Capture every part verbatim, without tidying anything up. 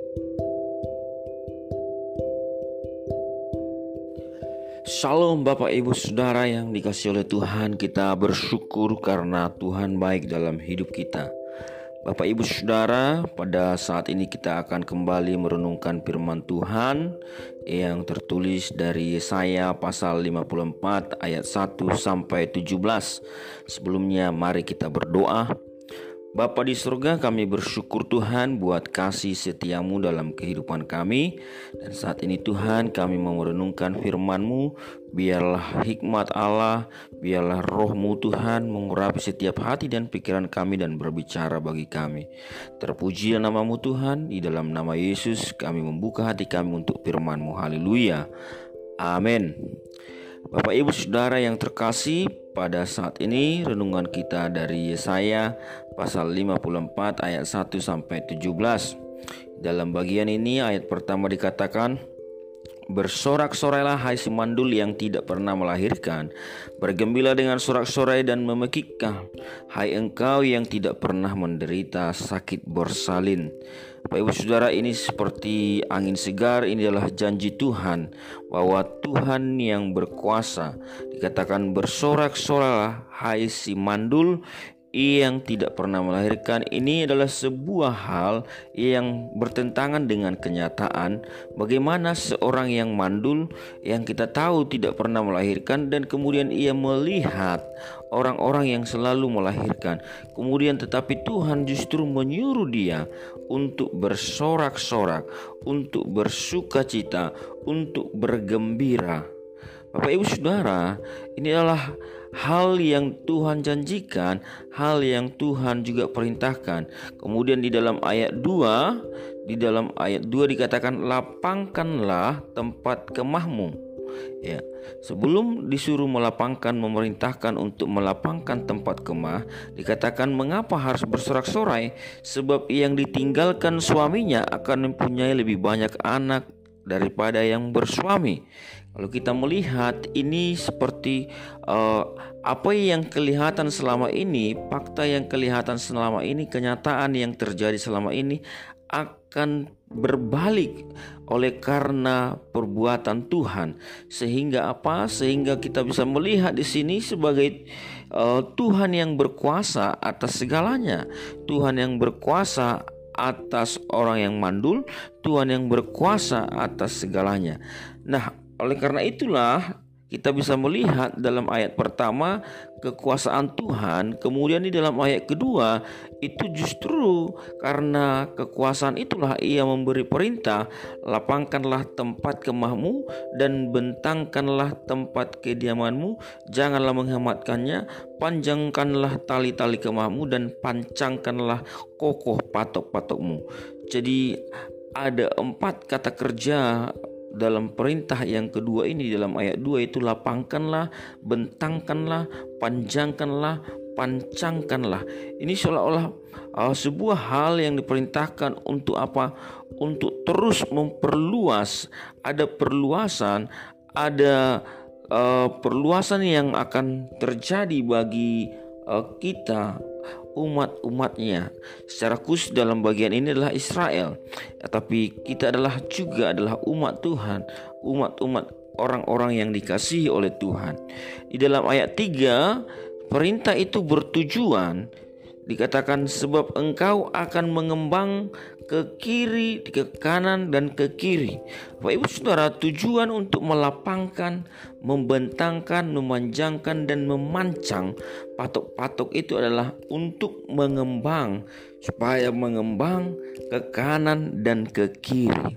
Shalom Bapak Ibu Saudara yang dikasihi oleh Tuhan, kita bersyukur karena Tuhan baik dalam hidup kita. Bapak Ibu Saudara, pada saat ini kita akan kembali merenungkan firman Tuhan yang tertulis dari Yesaya pasal lima puluh empat ayat satu sampai tujuh belas. Sebelumnya mari kita berdoa. Bapa di surga, kami bersyukur Tuhan buat kasih setiamu dalam kehidupan kami. Dan saat ini Tuhan, kami mau merenungkan firman-Mu. Biarlah hikmat Allah, biarlah roh-Mu Tuhan mengurapi setiap hati dan pikiran kami dan berbicara bagi kami. Terpujilah nama-Mu Tuhan, di dalam nama Yesus kami membuka hati kami untuk firman-Mu. Haleluya, amin. Bapak Ibu Saudara yang terkasih, pada saat ini renungan kita dari Yesaya pasal lima puluh empat ayat satu sampai tujuh belas. Dalam bagian ini ayat pertama dikatakan, "Bersorak-sorailah hai si mandul yang tidak pernah melahirkan, bergembira dengan sorak-sorai dan memekikkan, hai engkau yang tidak pernah menderita sakit borsalin." Bapak Ibu Saudara, ini seperti angin segar. Ini adalah janji Tuhan bahwa Tuhan yang berkuasa. Dikatakan bersorak-sorailah hai si mandul yang tidak pernah melahirkan. Ini adalah sebuah hal yang bertentangan dengan kenyataan. Bagaimana seorang yang mandul, yang kita tahu tidak pernah melahirkan, dan kemudian ia melihat orang-orang yang selalu melahirkan, kemudian tetapi Tuhan justru menyuruh dia untuk bersorak-sorak, untuk bersukacita, untuk bergembira. Bapak Ibu Saudara, ini adalah hal yang Tuhan janjikan, hal yang Tuhan juga perintahkan. Kemudian di dalam ayat dua, di dalam ayat dua dikatakan, "Lapangkanlah tempat kemahmu." Ya, sebelum disuruh melapangkan, memerintahkan untuk melapangkan tempat kemah, dikatakan mengapa harus bersorak-sorai? Sebab yang ditinggalkan suaminya akan mempunyai lebih banyak anak daripada yang bersuami. Kalau kita melihat ini seperti uh, apa yang kelihatan selama ini, fakta yang kelihatan selama ini, kenyataan yang terjadi selama ini akan berbalik oleh karena perbuatan Tuhan. Sehingga apa? Sehingga kita bisa melihat di sini sebagai uh, Tuhan yang berkuasa atas segalanya. Tuhan yang berkuasa atas orang yang mandul, Tuhan yang berkuasa atas segalanya. Nah, oleh karena itulah kita bisa melihat dalam ayat pertama kekuasaan Tuhan, kemudian di dalam ayat kedua itu justru karena kekuasaan itulah ia memberi perintah, "Lapangkanlah tempat kemahmu dan bentangkanlah tempat kediamanmu, janganlah menghematkannya, panjangkanlah tali-tali kemahmu dan pancangkanlah kokoh patok-patokmu." Jadi ada empat kata kerja dalam perintah yang kedua ini. Dalam ayat dua itu, lapangkanlah, bentangkanlah, panjangkanlah, pancangkanlah. Ini seolah-olah uh, sebuah hal yang diperintahkan untuk apa? Untuk terus memperluas. Ada perluasan, ada uh, perluasan yang akan terjadi bagi uh, kita, umat-umatnya. Secara khusus dalam bagian ini adalah Israel, tetapi kita adalah juga adalah umat Tuhan, umat-umat orang-orang yang dikasihi oleh Tuhan. Di dalam ayat tiga, perintah itu bertujuan, dikatakan sebab engkau akan mengembang ke kiri, ke kanan, dan ke kiri. Bapak Ibu Saudara, tujuan untuk melapangkan, membentangkan, memanjangkan, dan memancang patok-patok itu adalah untuk mengembang, supaya mengembang ke kanan dan ke kiri.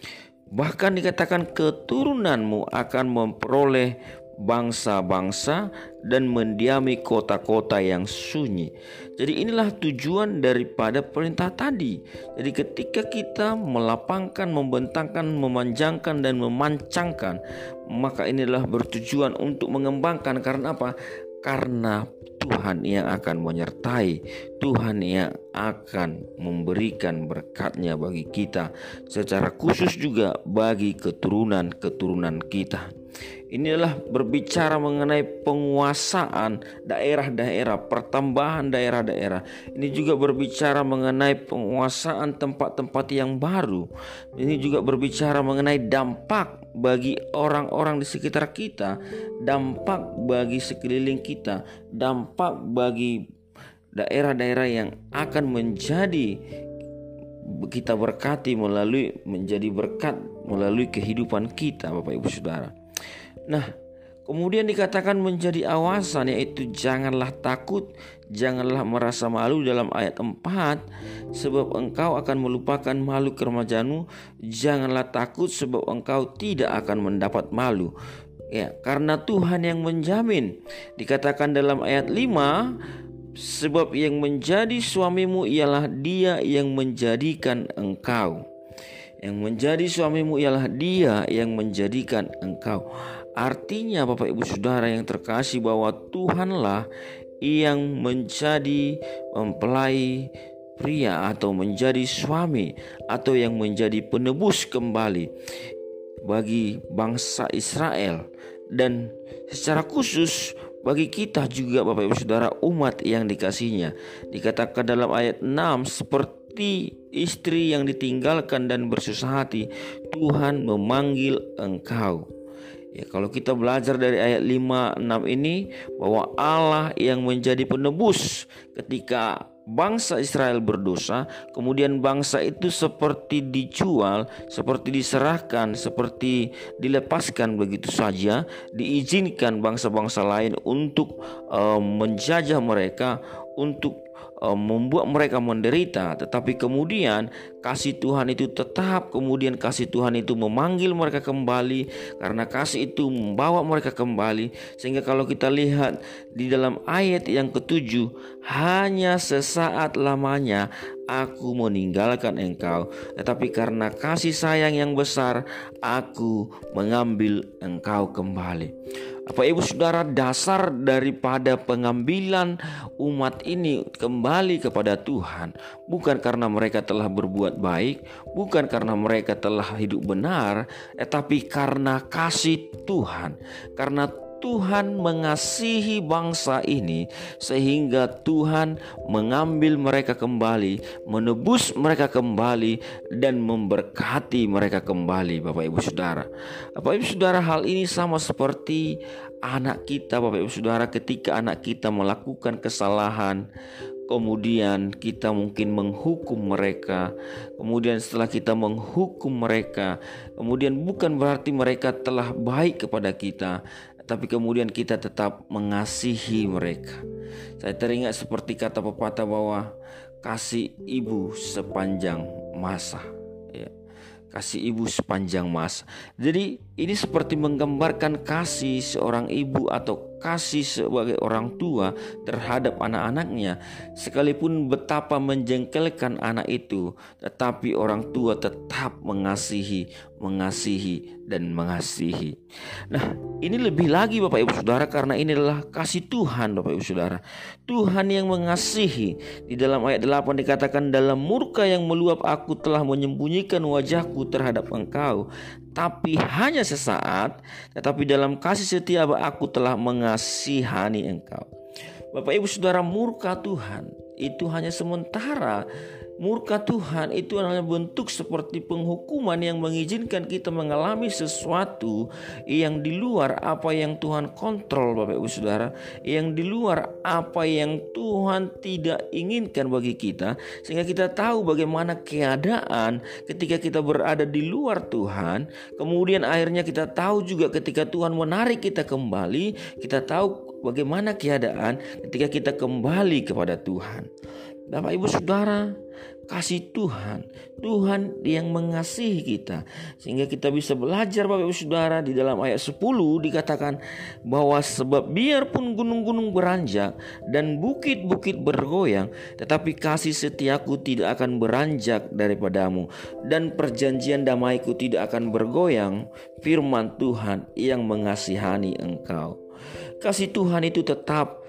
Bahkan dikatakan keturunanmu akan memperoleh bangsa-bangsa dan mendiami kota-kota yang sunyi. Jadi inilah tujuan daripada perintah tadi. Jadi ketika kita melapangkan, membentangkan, memanjangkan, dan memancangkan, maka inilah bertujuan untuk mengembangkan. Karena apa? Karena Tuhan yang akan menyertai, Tuhan yang akan memberikan berkat-Nya bagi kita, secara khusus juga bagi keturunan-keturunan kita. Inilah berbicara mengenai penguasaan daerah-daerah, pertambahan daerah-daerah. Ini juga berbicara mengenai penguasaan tempat-tempat yang baru. Ini juga berbicara mengenai dampak bagi orang-orang di sekitar kita, dampak bagi sekeliling kita, dampak bagi daerah-daerah yang akan menjadi kita berkati melalui menjadi berkat melalui kehidupan kita, Bapak Ibu Saudara. Nah, kemudian dikatakan menjadi awasan, yaitu janganlah takut, janganlah merasa malu dalam ayat empat, sebab engkau akan melupakan malu keremajaanmu. Janganlah takut sebab engkau tidak akan mendapat malu. Ya, karena Tuhan yang menjamin. Dikatakan dalam ayat lima, sebab yang menjadi suamimu ialah Dia yang menjadikan engkau. Yang menjadi suamimu ialah Dia yang menjadikan engkau. Artinya Bapak Ibu Saudara yang terkasih, bahwa Tuhanlah yang menjadi mempelai pria atau menjadi suami atau yang menjadi penebus kembali bagi bangsa Israel, dan secara khusus bagi kita juga Bapak Ibu Saudara, umat yang dikasihinya. Dikatakan dalam ayat enam, seperti istri yang ditinggalkan dan bersusah hati, Tuhan memanggil engkau. Ya, kalau kita belajar dari ayat lima enam ini, bahwa Allah yang menjadi penebus ketika bangsa Israel berdosa, kemudian bangsa itu seperti dijual, seperti diserahkan, seperti dilepaskan begitu saja, diizinkan bangsa-bangsa lain untuk uh, menjajah mereka, untuk uh, membuat mereka menderita. Tetapi kemudian kasih Tuhan itu tetap, kemudian kasih Tuhan itu memanggil mereka kembali, karena kasih itu membawa mereka kembali. Sehingga kalau kita lihat di dalam ayat yang ketujuh, hanya sesaat lamanya aku meninggalkan engkau, tetapi karena kasih sayang yang besar aku mengambil engkau kembali. Apa Ibu Saudara, dasar daripada pengambilan umat ini kembali kepada Tuhan bukan karena mereka telah berbuat baik, bukan karena mereka telah hidup benar, tetapi karena kasih Tuhan. Karena Tuhan mengasihi bangsa ini sehingga Tuhan mengambil mereka kembali, menebus mereka kembali, dan memberkati mereka kembali, Bapak Ibu Saudara. Bapak Ibu Saudara, hal ini sama seperti anak kita, Bapak Ibu Saudara, ketika anak kita melakukan kesalahan, kemudian kita mungkin menghukum mereka. Kemudian setelah kita menghukum mereka, kemudian bukan berarti mereka telah baik kepada kita, tapi kemudian kita tetap mengasihi mereka. Saya teringat seperti kata pepatah bahwa kasih ibu sepanjang masa, ya. Kasih ibu sepanjang masa. Jadi ini seperti menggambarkan kasih seorang ibu atau kasih sebagai orang tua terhadap anak-anaknya. Sekalipun betapa menjengkelkan anak itu, tetapi orang tua tetap mengasihi, mengasihi, dan mengasihi. Nah, ini lebih lagi Bapak Ibu Saudara, karena ini adalah kasih Tuhan, Bapak Ibu Saudara. Tuhan yang mengasihi. Di dalam ayat delapan dikatakan, dalam murka yang meluap aku telah menyembunyikan wajahku terhadap engkau, tapi hanya sesaat, tetapi dalam kasih setia aku telah mengasihani engkau. Bapak Ibu Saudara, murka Tuhan itu hanya sementara. Murka Tuhan itu adalah bentuk seperti penghukuman yang mengizinkan kita mengalami sesuatu yang di luar apa yang Tuhan kontrol, Bapak Ibu Saudara, yang di luar apa yang Tuhan tidak inginkan bagi kita, sehingga kita tahu bagaimana keadaan ketika kita berada di luar Tuhan. Kemudian akhirnya kita tahu juga ketika Tuhan menarik kita kembali, kita tahu bagaimana keadaan ketika kita kembali kepada Tuhan. Bapak Ibu Saudara, kasih Tuhan, Tuhan yang mengasihi kita, sehingga kita bisa belajar Bapak Ibu Saudara. Di dalam ayat sepuluh dikatakan bahwa sebab biarpun gunung-gunung beranjak dan bukit-bukit bergoyang, tetapi kasih setiaku tidak akan beranjak daripadamu, dan perjanjian damaiku tidak akan bergoyang, firman Tuhan yang mengasihani engkau. Kasih Tuhan itu tetap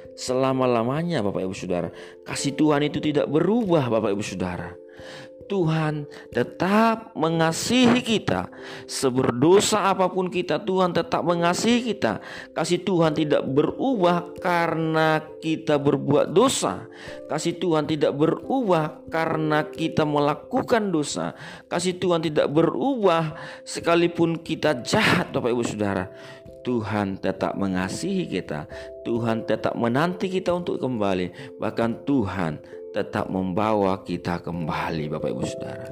selama-lamanya Bapak Ibu Saudara. Kasih Tuhan itu tidak berubah Bapak Ibu Saudara. Tuhan tetap mengasihi kita. Seberdosa apapun kita, Tuhan tetap mengasihi kita. Kasih Tuhan tidak berubah karena kita berbuat dosa. Kasih Tuhan tidak berubah karena kita melakukan dosa. Kasih Tuhan tidak berubah sekalipun kita jahat Bapak Ibu Saudara. Tuhan tetap mengasihi kita. Tuhan tetap menanti kita untuk kembali. Bahkan Tuhan tetap membawa kita kembali Bapak Ibu Saudara.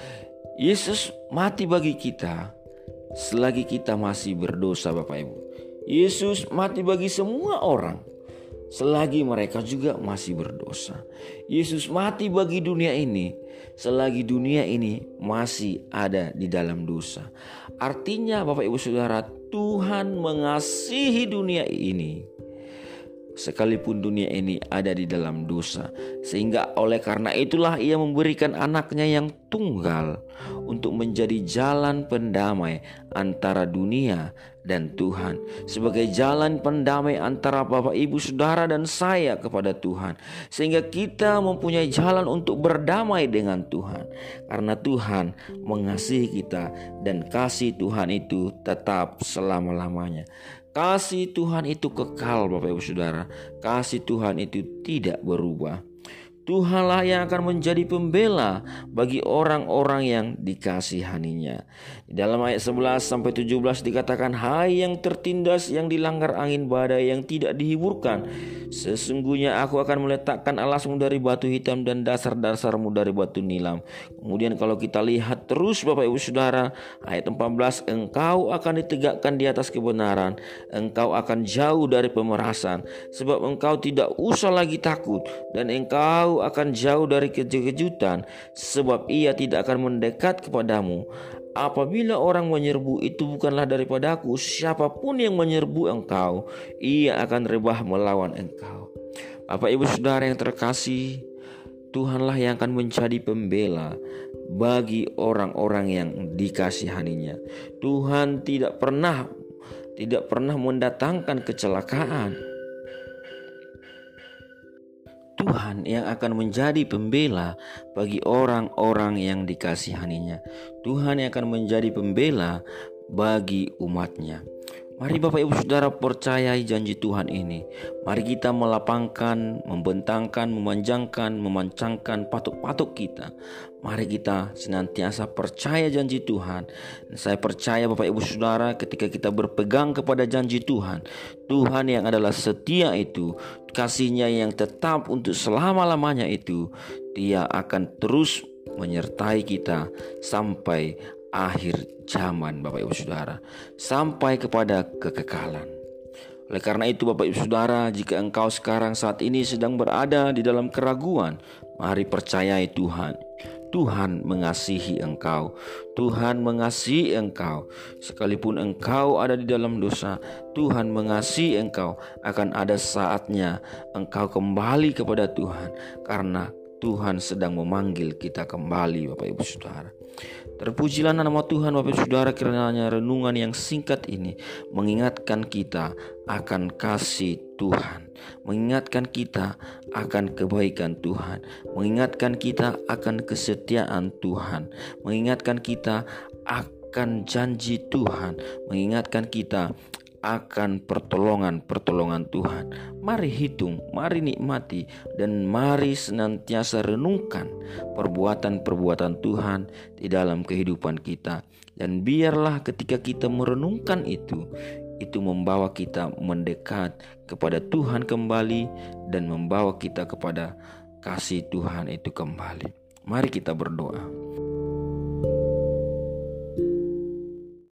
Yesus mati bagi kita selagi kita masih berdosa Bapak Ibu. Yesus mati bagi semua orang selagi mereka juga masih berdosa. Yesus mati bagi dunia ini selagi dunia ini masih ada di dalam dosa. Artinya Bapak Ibu Saudara, Tuhan mengasihi dunia ini sekalipun dunia ini ada di dalam dosa. Sehingga oleh karena itulah Ia memberikan anaknya yang tunggal untuk menjadi jalan pendamai antara dunia dan Tuhan. Sebagai jalan pendamai antara Bapak Ibu Saudara dan saya kepada Tuhan. Sehingga kita mempunyai jalan untuk berdamai dengan Tuhan. Karena Tuhan mengasihi kita dan kasih Tuhan itu tetap selama-lamanya. Kasih Tuhan itu kekal Bapak Ibu Saudara. Kasih Tuhan itu tidak berubah. Tuhanlah yang akan menjadi pembela bagi orang-orang yang dikasihaninya. Di dalam ayat sebelas sampai tujuh belas dikatakan, hai yang tertindas, yang dilanggar angin badai, yang tidak dihiburkan, sesungguhnya aku akan meletakkan alasmu dari batu hitam dan dasar-dasarmu dari batu nilam. Kemudian kalau kita lihat terus Bapak Ibu Saudara, ayat empat belas, engkau akan ditegakkan di atas kebenaran, engkau akan jauh dari pemerasan, sebab engkau tidak usah lagi takut, dan engkau akan jauh dari kejutan, sebab ia tidak akan mendekat kepadamu. Apabila orang menyerbu, itu bukanlah daripadaku. Siapapun yang menyerbu engkau, ia akan rebah melawan engkau. Bapak Ibu Saudara yang terkasih, Tuhanlah yang akan menjadi pembela bagi orang-orang yang dikasihaninya. Tuhan tidak pernah tidak pernah mendatangkan kecelakaan. Tuhan yang akan menjadi pembela bagi orang-orang yang dikasihaninya. Tuhan yang akan menjadi pembela bagi umatnya. Mari Bapak Ibu Saudara percayai janji Tuhan ini. Mari kita melapangkan, membentangkan, memanjangkan, memancangkan patuk-patuk kita. Mari kita senantiasa percaya janji Tuhan. Dan saya percaya Bapak Ibu Saudara, ketika kita berpegang kepada janji Tuhan, Tuhan yang adalah setia itu, kasih-Nya yang tetap untuk selama-lamanya itu, Dia akan terus menyertai kita sampai akhir zaman Bapak Ibu Saudara, sampai kepada kekekalan. Oleh karena itu Bapak Ibu Saudara, jika engkau sekarang saat ini sedang berada di dalam keraguan, mari percayai Tuhan. Tuhan mengasihi engkau. Tuhan mengasihi engkau. Sekalipun engkau ada di dalam dosa, Tuhan mengasihi engkau. Akan ada saatnya engkau kembali kepada Tuhan, karena Tuhan sedang memanggil kita kembali Bapak Ibu Saudara. Terpujilah nama Tuhan Bapak Ibu Saudara, kiranya renungan yang singkat ini mengingatkan kita akan kasih Tuhan, mengingatkan kita akan kebaikan Tuhan, mengingatkan kita akan kesetiaan Tuhan, mengingatkan kita akan janji Tuhan, mengingatkan kita akan pertolongan-pertolongan Tuhan. Mari hitung, mari nikmati, dan mari senantiasa renungkan perbuatan-perbuatan Tuhan di dalam kehidupan kita. Dan biarlah ketika kita merenungkan itu, itu membawa kita mendekat kepada Tuhan kembali dan membawa kita kepada kasih Tuhan itu kembali. Mari kita berdoa.